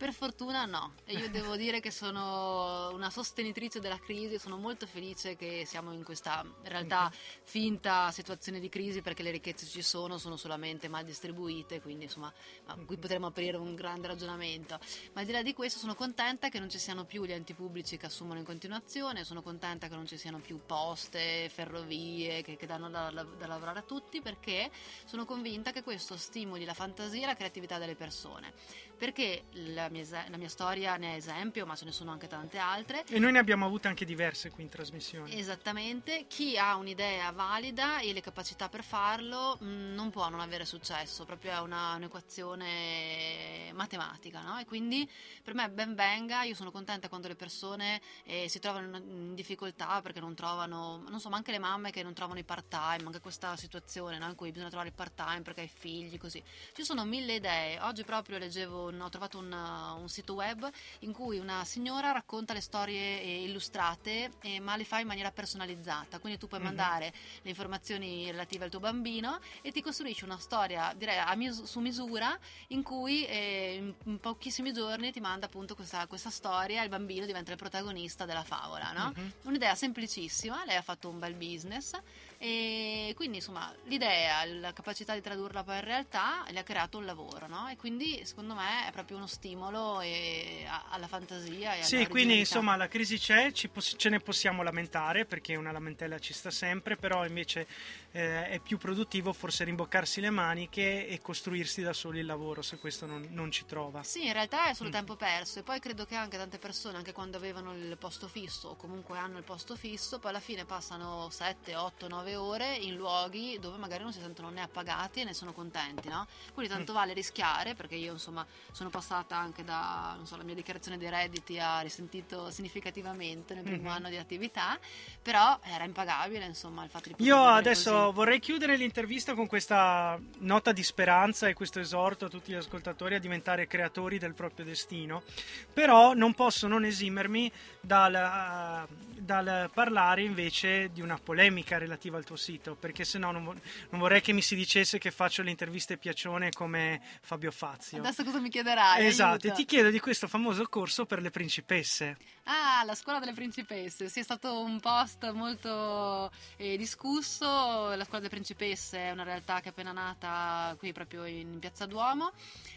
Per fortuna no, e io devo dire che sono una sostenitrice della crisi, sono molto felice che siamo in questa in realtà okay. finta situazione di crisi, perché le ricchezze ci sono, sono solamente mal distribuite, quindi insomma qui potremmo aprire un grande ragionamento, ma al di là di questo sono contenta che non ci siano più gli enti pubblici che assumono in continuazione, sono contenta che non ci siano più poste, ferrovie che, che danno da, da, da lavorare a tutti, perché sono convinta che questo stimoli la fantasia e la creatività delle persone, perché la mia, la mia storia ne è esempio, ma ce ne sono anche tante altre. E noi ne abbiamo avute anche diverse qui in trasmissione. Esattamente, chi ha un'idea valida e le capacità per farlo mh, non può non avere successo, proprio è una, un'equazione matematica, no? E quindi per me ben venga, io sono contenta quando le persone eh, si trovano in, in difficoltà perché non trovano, non so, ma anche le mamme che non trovano i part-time, anche questa situazione, no? In cui bisogna trovare il part-time perché hai figli, così. Ci sono mille idee. Oggi proprio leggevo, ho trovato un, un sito web in cui una signora racconta le storie eh, illustrate, eh, ma le fa in maniera personalizzata, quindi tu puoi mm-hmm. mandare le informazioni relative al tuo bambino e ti costruisci una storia, direi a mis- su misura, in cui eh, in, in pochissimi giorni ti manda appunto questa, questa storia e il bambino diventa il protagonista della favola, no? Mm-hmm. Un'idea semplicissima, lei ha fatto un bel business e quindi insomma l'idea, la capacità di tradurla poi in realtà le ha creato un lavoro, no? E quindi secondo me è proprio uno stimolo e a, alla fantasia e sì, quindi insomma la crisi c'è, ci poss- ce ne possiamo lamentare perché una lamentela ci sta sempre, però invece eh, è più produttivo forse rimboccarsi le maniche e costruirsi da soli il lavoro, se questo non, non ci trova. Sì, in realtà è solo mm. tempo perso, e poi credo che anche tante persone, anche quando avevano il posto fisso o comunque hanno il posto fisso, poi alla fine passano sette, otto, nove ore in luoghi dove magari non si sentono né appagati né sono contenti, no? Quindi tanto mm. vale rischiare, perché io insomma sono passata anche da, non so, la mia dichiarazione dei redditi ha risentito significativamente nel primo mm-hmm. anno di attività, però era impagabile insomma il fatto di poter io adesso così. Vorrei chiudere l'intervista con questa nota di speranza e questo esorto a tutti gli ascoltatori a diventare creatori del proprio destino, però non posso non esimermi dal, dal parlare invece di una polemica relativa al tuo sito, perché sennò non, vo- non vorrei che mi si dicesse che faccio le interviste piacione come Fabio Fazio. Adesso cosa mi chiederai? Esatto, Aiuto. E ti chiedo di questo famoso corso per le principesse. Ah, la scuola delle principesse, sì, è stato un post molto eh, discusso. La scuola delle principesse è una realtà che è appena nata qui proprio in Piazza Duomo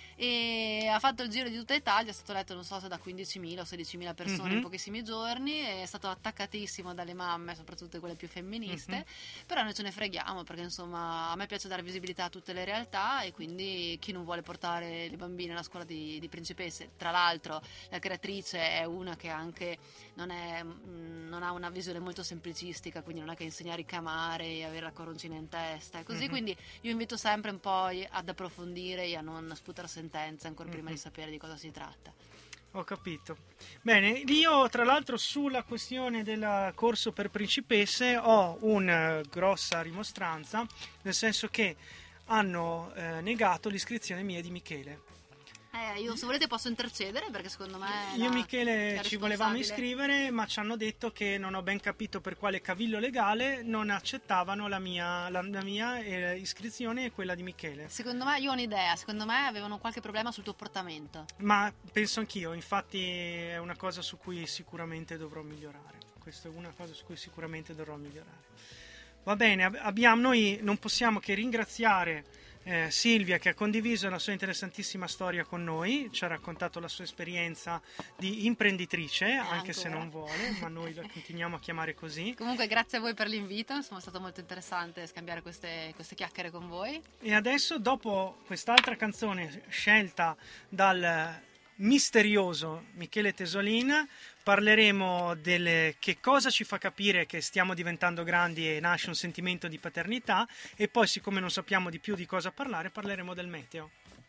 e ha fatto il giro di tutta Italia, è stato letto non so se da quindicimila o sedicimila persone mm-hmm. in pochissimi giorni, è stato attaccatissimo dalle mamme, soprattutto quelle più femministe, mm-hmm. però noi ce ne freghiamo perché insomma a me piace dare visibilità a tutte le realtà e quindi chi non vuole portare le bambine alla scuola di, di principesse, tra l'altro la creatrice è una che anche non, è, non ha una visione molto semplicistica, quindi non è che insegna a ricamare e avere la coroncina in testa e così, mm-hmm. quindi io invito sempre un po' ad approfondire e a non sputare sentenze ancora prima mm-hmm. di sapere di cosa si tratta. Ho capito. Bene, io tra l'altro sulla questione del corso per principesse ho una grossa rimostranza, nel senso che hanno eh, negato l'iscrizione mia e di Michele. Eh, io se volete posso intercedere perché secondo me io e la, Michele ci volevamo iscrivere, ma ci hanno detto che non ho ben capito per quale cavillo legale non accettavano la mia, la, la mia eh, iscrizione e quella di Michele. Secondo me, io ho un'idea, secondo me avevano qualche problema sul tuo portamento. Ma penso anch'io, infatti è una cosa su cui sicuramente dovrò migliorare. Questa è una cosa su cui sicuramente dovrò migliorare. Va bene, abbiamo, noi non possiamo che ringraziare Eh, Silvia, che ha condiviso la sua interessantissima storia con noi, ci ha raccontato la sua esperienza di imprenditrice, eh, anche ancora. Se non vuole, ma noi la continuiamo a chiamare così. Comunque grazie a voi per l'invito, insomma è stato molto interessante scambiare queste, queste chiacchiere con voi. E adesso, dopo quest'altra canzone scelta dal misterioso Michele Tesolin, parleremo del che cosa ci fa capire che stiamo diventando grandi e nasce un sentimento di paternità, e poi, siccome non sappiamo di più di cosa parlare, parleremo del meteo.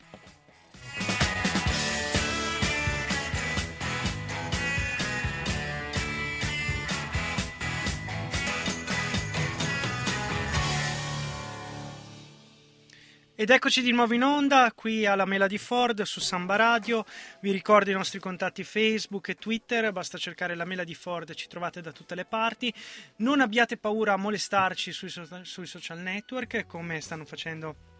Ed eccoci di nuovo in onda qui alla Mela di Ford su Samba Radio. Vi ricordo i nostri contatti Facebook e Twitter, basta cercare la Mela di Ford, ci trovate da tutte le parti. Non abbiate paura a molestarci sui, so- sui social network come stanno facendo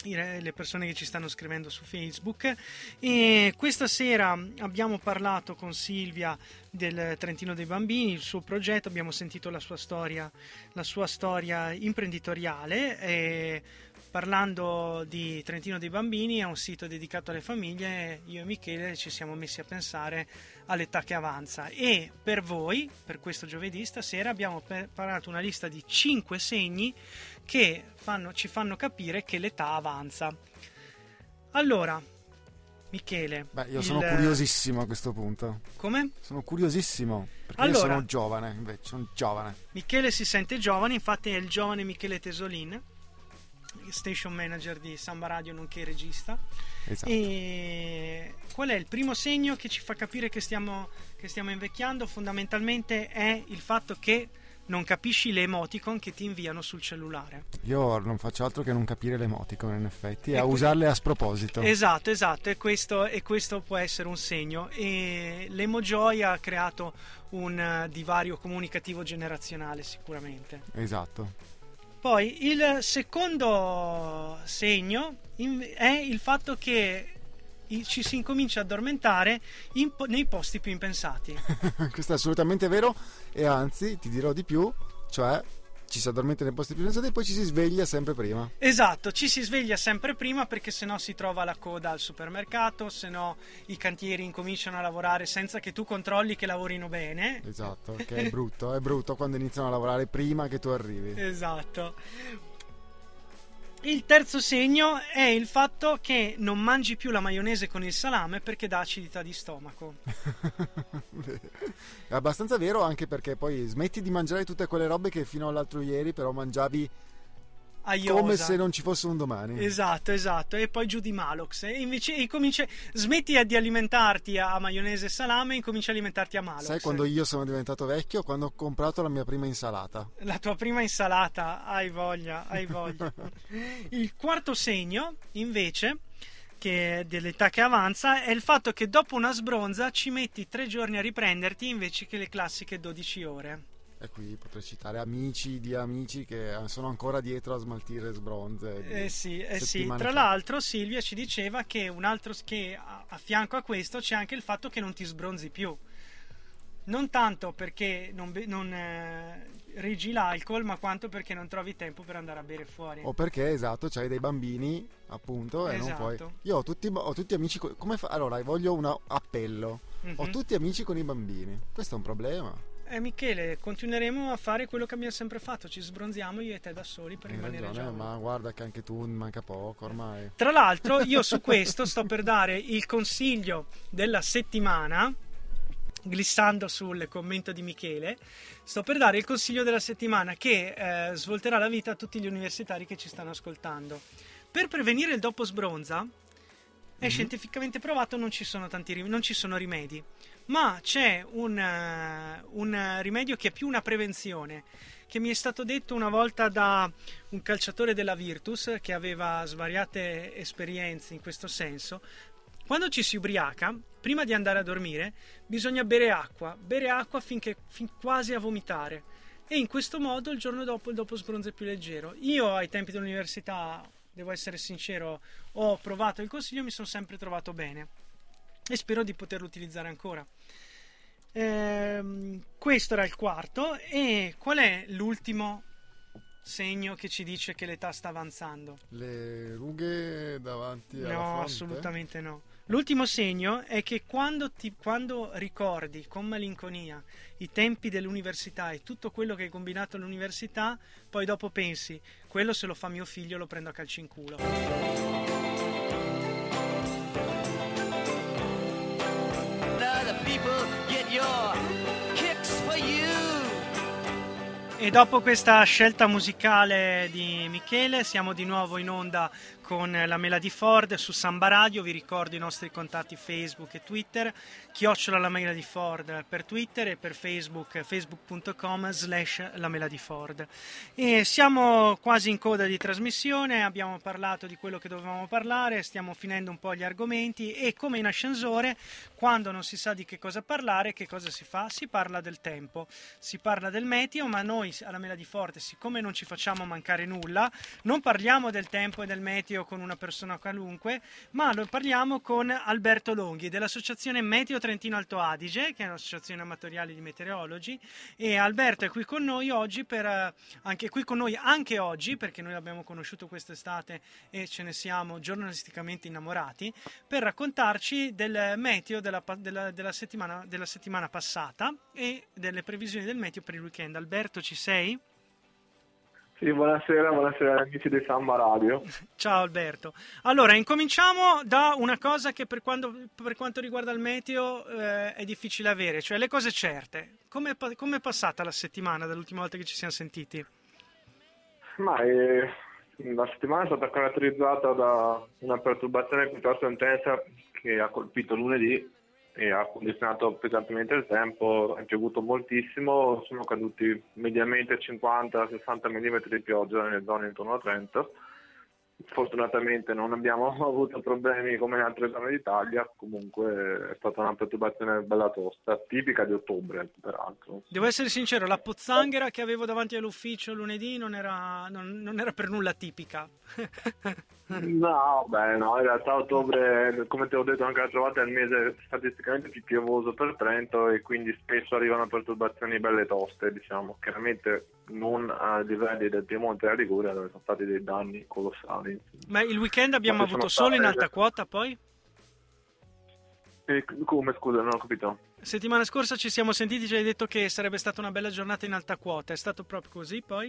le persone che ci stanno scrivendo su Facebook. E questa sera abbiamo parlato con Silvia del Trentino dei Bambini, il suo progetto, abbiamo sentito la sua storia, la sua storia imprenditoriale. E parlando di Trentino dei Bambini, è un sito dedicato alle famiglie. Io e Michele ci siamo messi a pensare all'età che avanza, e per voi, per questo giovedì stasera, abbiamo preparato una lista di cinque segni che fanno, ci fanno capire che l'età avanza. Allora, Michele, beh, io il... sono curiosissimo a questo punto. Come? Sono curiosissimo perché allora, io sono giovane, invece sono giovane. Michele si sente giovane, infatti è il giovane Michele Tesolin, station manager di Samba Radio nonché regista. Esatto. E qual è il primo segno che ci fa capire che stiamo, che stiamo invecchiando? Fondamentalmente è il fatto che non capisci le emoticon che ti inviano sul cellulare. Io non faccio altro che non capire le emoticon, in effetti, e e a que- usarle a sproposito. Esatto, esatto, e questo, e questo può essere un segno. E l'Emojoy ha creato un uh, divario comunicativo generazionale, sicuramente. Esatto. Poi il secondo segno è il fatto che ci si incomincia a addormentare in po- nei posti più impensati. Questo è assolutamente vero, e anzi ti dirò di più, cioè ci si addormenta nei posti più pensati e poi ci si sveglia sempre prima. Esatto, ci si sveglia sempre prima perché sennò si trova la coda al supermercato, sennò i cantieri incominciano a lavorare senza che tu controlli che lavorino bene. Esatto, che è brutto, è brutto quando iniziano a lavorare prima che tu arrivi. Esatto. Il terzo segno è il fatto che non mangi più la maionese con il salame perché dà acidità di stomaco. È abbastanza vero, anche perché poi smetti di mangiare tutte quelle robe che fino all'altro ieri però mangiavi Aiosa. Come se non ci fosse un domani. Esatto, esatto. E poi giù di Malox. E invece incominci, smetti di alimentarti a maionese e salame e incominci a alimentarti a Malox. Sai quando io sono diventato vecchio? Quando ho comprato la mia prima insalata. La tua prima insalata, hai voglia, hai voglia. Il quarto segno, invece, che dell'età che avanza, è il fatto che dopo una sbronza ci metti tre giorni a riprenderti invece che le classiche dodici ore. E qui potrei citare amici di amici che sono ancora dietro a smaltire sbronze. Eh sì, eh sì. Tra fa. l'altro Silvia ci diceva che un altro che a, a fianco a questo c'è anche il fatto che non ti sbronzi più. Non tanto perché non, non eh, reggi l'alcol, ma quanto perché non trovi tempo per andare a bere fuori. O perché, esatto, c'hai dei bambini, appunto, e esatto. non puoi. Io ho tutti, ho tutti amici. Come fa... Allora, voglio un appello. Mm-hmm. Ho tutti amici con i bambini. Questo è un problema. Eh Michele, continueremo a fare quello che abbiamo sempre fatto, ci sbronziamo io e te da soli per Hai rimanere ragione, giovani. ma guarda che anche tu manca poco ormai. Tra l'altro io su questo sto per dare il consiglio della settimana, glissando sul commento di Michele, sto per dare il consiglio della settimana che eh, svolterà la vita a tutti gli universitari che ci stanno ascoltando. Per prevenire il dopo sbronza è mm-hmm. scientificamente provato, non ci sono tanti non ci sono rimedi, ma c'è un, uh, un rimedio che è più una prevenzione, che mi è stato detto una volta da un calciatore della Virtus che aveva svariate esperienze in questo senso. Quando ci si ubriaca, prima di andare a dormire, bisogna bere acqua, bere acqua finché fin quasi a vomitare, e in questo modo il giorno dopo il dopo sbronzo è più leggero. Io ai tempi dell'università, devo essere sincero, ho provato il consiglio e mi sono sempre trovato bene e spero di poterlo utilizzare ancora. Ehm, questo era il quarto. E qual è l'ultimo segno che ci dice che l'età sta avanzando? Le rughe davanti alla no, fronte? Assolutamente no. L'ultimo segno è che quando, ti, quando ricordi con malinconia i tempi dell'università e tutto quello che hai combinato all'università, poi dopo pensi, quello se lo fa mio figlio lo prendo a calci in culo. E dopo questa scelta musicale di Michele siamo di nuovo in onda con la Mela di Ford su Samba Radio. Vi ricordo i nostri contatti Facebook e Twitter, chiocciola la Mela di Ford per Twitter e per Facebook facebook punto com slash la Mela di Ford. E siamo quasi in coda di trasmissione, abbiamo parlato di quello che dovevamo parlare, stiamo finendo un po' gli argomenti e come in ascensore, quando non si sa di che cosa parlare, che cosa si fa? Si parla del tempo, si parla del meteo, ma noi noi alla Mela di Forte, siccome non ci facciamo mancare nulla, non parliamo del tempo e del meteo con una persona qualunque, ma lo parliamo con Alberto Longhi dell'associazione Meteo Trentino Alto Adige, che è un'associazione amatoriale di meteorologi, e Alberto è qui con noi oggi per anche qui con noi anche oggi, perché noi l'abbiamo conosciuto quest'estate e ce ne siamo giornalisticamente innamorati, per raccontarci del meteo della, della, della, settimana, della settimana passata e delle previsioni del meteo per il weekend. Alberto, ci sei? Sì, buonasera, buonasera amici di Samba Radio. Ciao Alberto. Allora, incominciamo da una cosa che per, quando, per quanto riguarda il meteo eh, è difficile avere, cioè le cose certe. Come è passata la settimana dall'ultima volta che ci siamo sentiti? Ma eh, la settimana è stata caratterizzata da una perturbazione piuttosto intensa che ha colpito lunedì e ha condizionato pesantemente il tempo, ha piovuto moltissimo, sono caduti mediamente cinquanta sessanta millimetri di pioggia nelle zone intorno a Trento. Fortunatamente non abbiamo avuto problemi come in altre zone d'Italia, comunque è stata una perturbazione bella tosta, tipica di ottobre peraltro. Devo essere sincero, la pozzanghera che avevo davanti all'ufficio lunedì non era, non, non era per nulla tipica. No, beh, no, in realtà ottobre, come te ho detto anche l'altra volta, è il mese statisticamente più piovoso per Trento e quindi spesso arrivano perturbazioni belle toste, diciamo, chiaramente non a livelli del Piemonte e della Liguria dove sono stati dei danni colossali. Ma il weekend abbiamo avuto solo in alta quota poi? E come, scusa, non ho capito. Settimana scorsa ci siamo sentiti, ci hai detto che sarebbe stata una bella giornata in alta quota, è stato proprio così poi?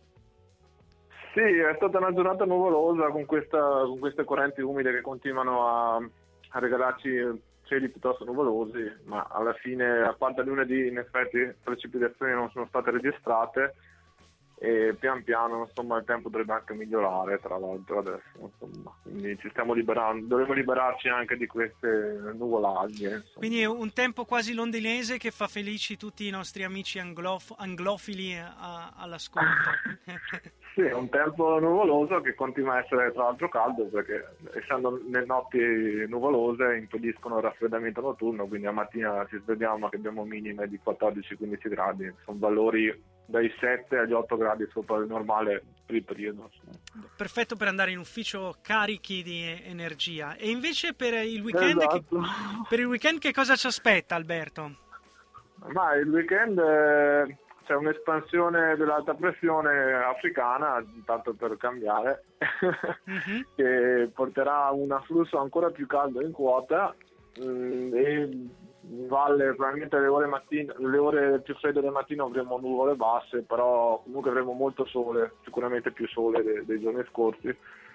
Sì, è stata una giornata nuvolosa con, questa, con queste correnti umide che continuano a, a regalarci cieli piuttosto nuvolosi, ma alla fine, a parte lunedì, in effetti precipitazioni non sono state registrate e pian piano insomma il tempo dovrebbe anche migliorare tra l'altro adesso, insomma. Quindi ci stiamo liberando, dovremmo liberarci anche di queste nuvolaglie, insomma. Quindi è un tempo quasi londinese che fa felici tutti i nostri amici anglof- anglofili a- all'ascolto. Sì, è un tempo nuvoloso che continua a essere tra l'altro caldo perché essendo le notti nuvolose impediscono il raffreddamento notturno, quindi a mattina ci svegliamo che abbiamo minime di quattordici quindici gradi, sono valori dai sette agli otto gradi sopra il normale per il periodo. Perfetto per andare in ufficio carichi di energia. E invece per il weekend, esatto. che, per il weekend che cosa ci aspetta, Alberto? Ma il weekend eh, c'è un'espansione dell'alta pressione africana, tanto per cambiare, mm-hmm. che porterà a un afflusso ancora più caldo in quota mh, e in valle probabilmente le ore, mattine, le ore più fredde del mattino avremo nuvole basse, però comunque avremo molto sole, sicuramente più sole dei, dei giorni scorsi,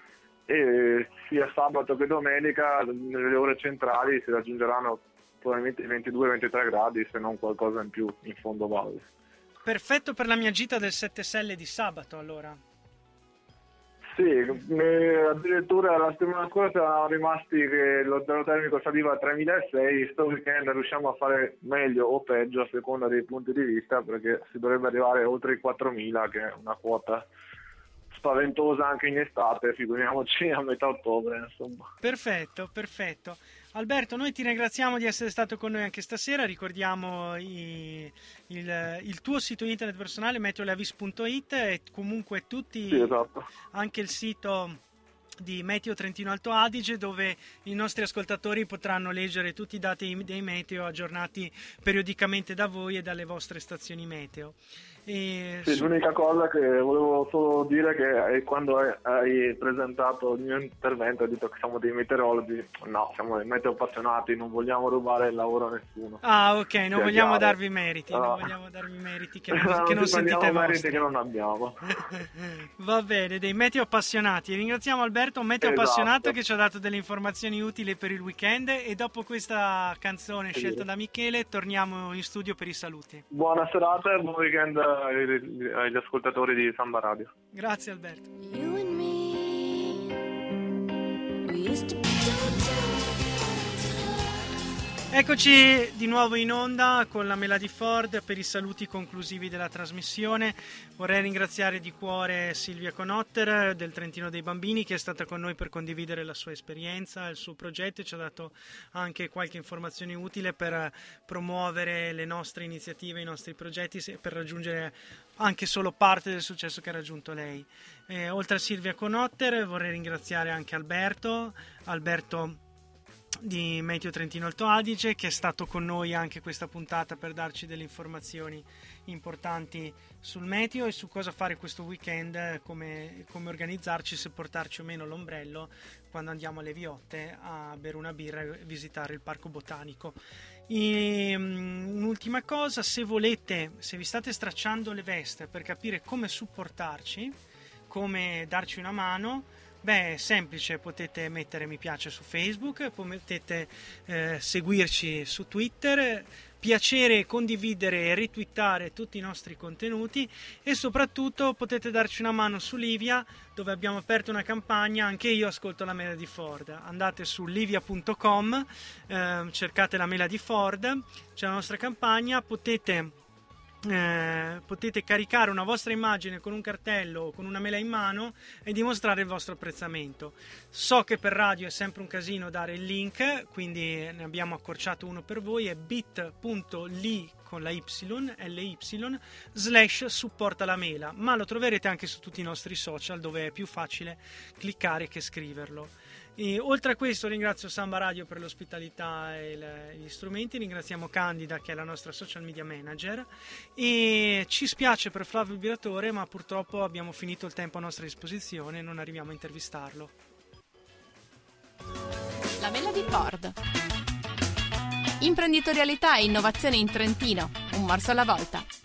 e sia sabato che domenica nelle ore centrali si raggiungeranno probabilmente i ventidue ventitré gradi, se non qualcosa in più in fondo valle. Perfetto per la mia gita del sette Stelle di sabato allora. Sì, eh, addirittura la settimana scorsa erano rimasti che lo zero termico saliva a tremilasei, sto weekend riusciamo a fare meglio o peggio a seconda dei punti di vista perché si dovrebbe arrivare oltre i quattromila, che è una quota spaventosa anche in estate, figuriamoci a metà ottobre, insomma. Perfetto, perfetto. Alberto, noi ti ringraziamo di essere stato con noi anche stasera, ricordiamo i, il, il tuo sito internet personale meteoleavis punto it e comunque tutti, sì, esatto. Anche il sito di Meteo Trentino Alto Adige dove i nostri ascoltatori potranno leggere tutti i dati dei meteo aggiornati periodicamente da voi e dalle vostre stazioni meteo. E sì, su... L'unica cosa che volevo solo dire che quando hai presentato il mio intervento hai detto che siamo dei meteorologi, no, siamo dei meteo appassionati, non vogliamo rubare il lavoro a nessuno. Ah, ok, non che vogliamo chiaro. darvi meriti, no. non vogliamo darvi meriti che non, no, che non sentite vostri. meriti che non abbiamo. Va bene, dei meteo appassionati. Ringraziamo Alberto, un meteo esatto. appassionato che ci ha dato delle informazioni utili per il weekend e dopo questa canzone sì. scelta da Michele torniamo in studio per i saluti. Buona serata e buon weekend agli ascoltatori di Samba Radio. Grazie Alberto. You and me, we used to be so Eccoci di nuovo in onda con la Mela di Ford per i saluti conclusivi della trasmissione. Vorrei ringraziare di cuore Silvia Conotter del Trentino dei Bambini, che è stata con noi per condividere la sua esperienza, il suo progetto, e ci ha dato anche qualche informazione utile per promuovere le nostre iniziative, i nostri progetti, per raggiungere anche solo parte del successo che ha raggiunto lei. Eh, oltre a Silvia Conotter vorrei ringraziare anche Alberto, Alberto di Meteo Trentino Alto Adige, che è stato con noi anche questa puntata per darci delle informazioni importanti sul meteo e su cosa fare questo weekend, come, come organizzarci, se portarci o meno l'ombrello quando andiamo alle Viotte a bere una birra e visitare il parco botanico. E, um, un'ultima cosa, se volete, se vi state stracciando le veste per capire come supportarci, come darci una mano, beh, è semplice, potete mettere mi piace su Facebook, potete eh, seguirci su Twitter, piacere condividere e retweetare tutti i nostri contenuti, e soprattutto potete darci una mano su Livia, dove abbiamo aperto una campagna. Anche io ascolto la Mela di Ford. Andate su livia punto com, eh, cercate la Mela di Ford, c'è la nostra campagna, potete Eh, potete caricare una vostra immagine con un cartello o con una mela in mano e dimostrare il vostro apprezzamento. So che per radio è sempre un casino dare il link, quindi ne abbiamo accorciato uno per voi, è bit.ly con la y, ly, slash supporta la mela, ma lo troverete anche su tutti i nostri social, dove è più facile cliccare che scriverlo. E oltre a questo ringrazio Samba Radio per l'ospitalità e le, gli strumenti, ringraziamo Candida, che è la nostra social media manager, e ci spiace per Flavio Biratore, ma purtroppo abbiamo finito il tempo a nostra disposizione e non arriviamo a intervistarlo. La Mela di Ford. Imprenditorialità e innovazione in Trentino, un morso alla volta.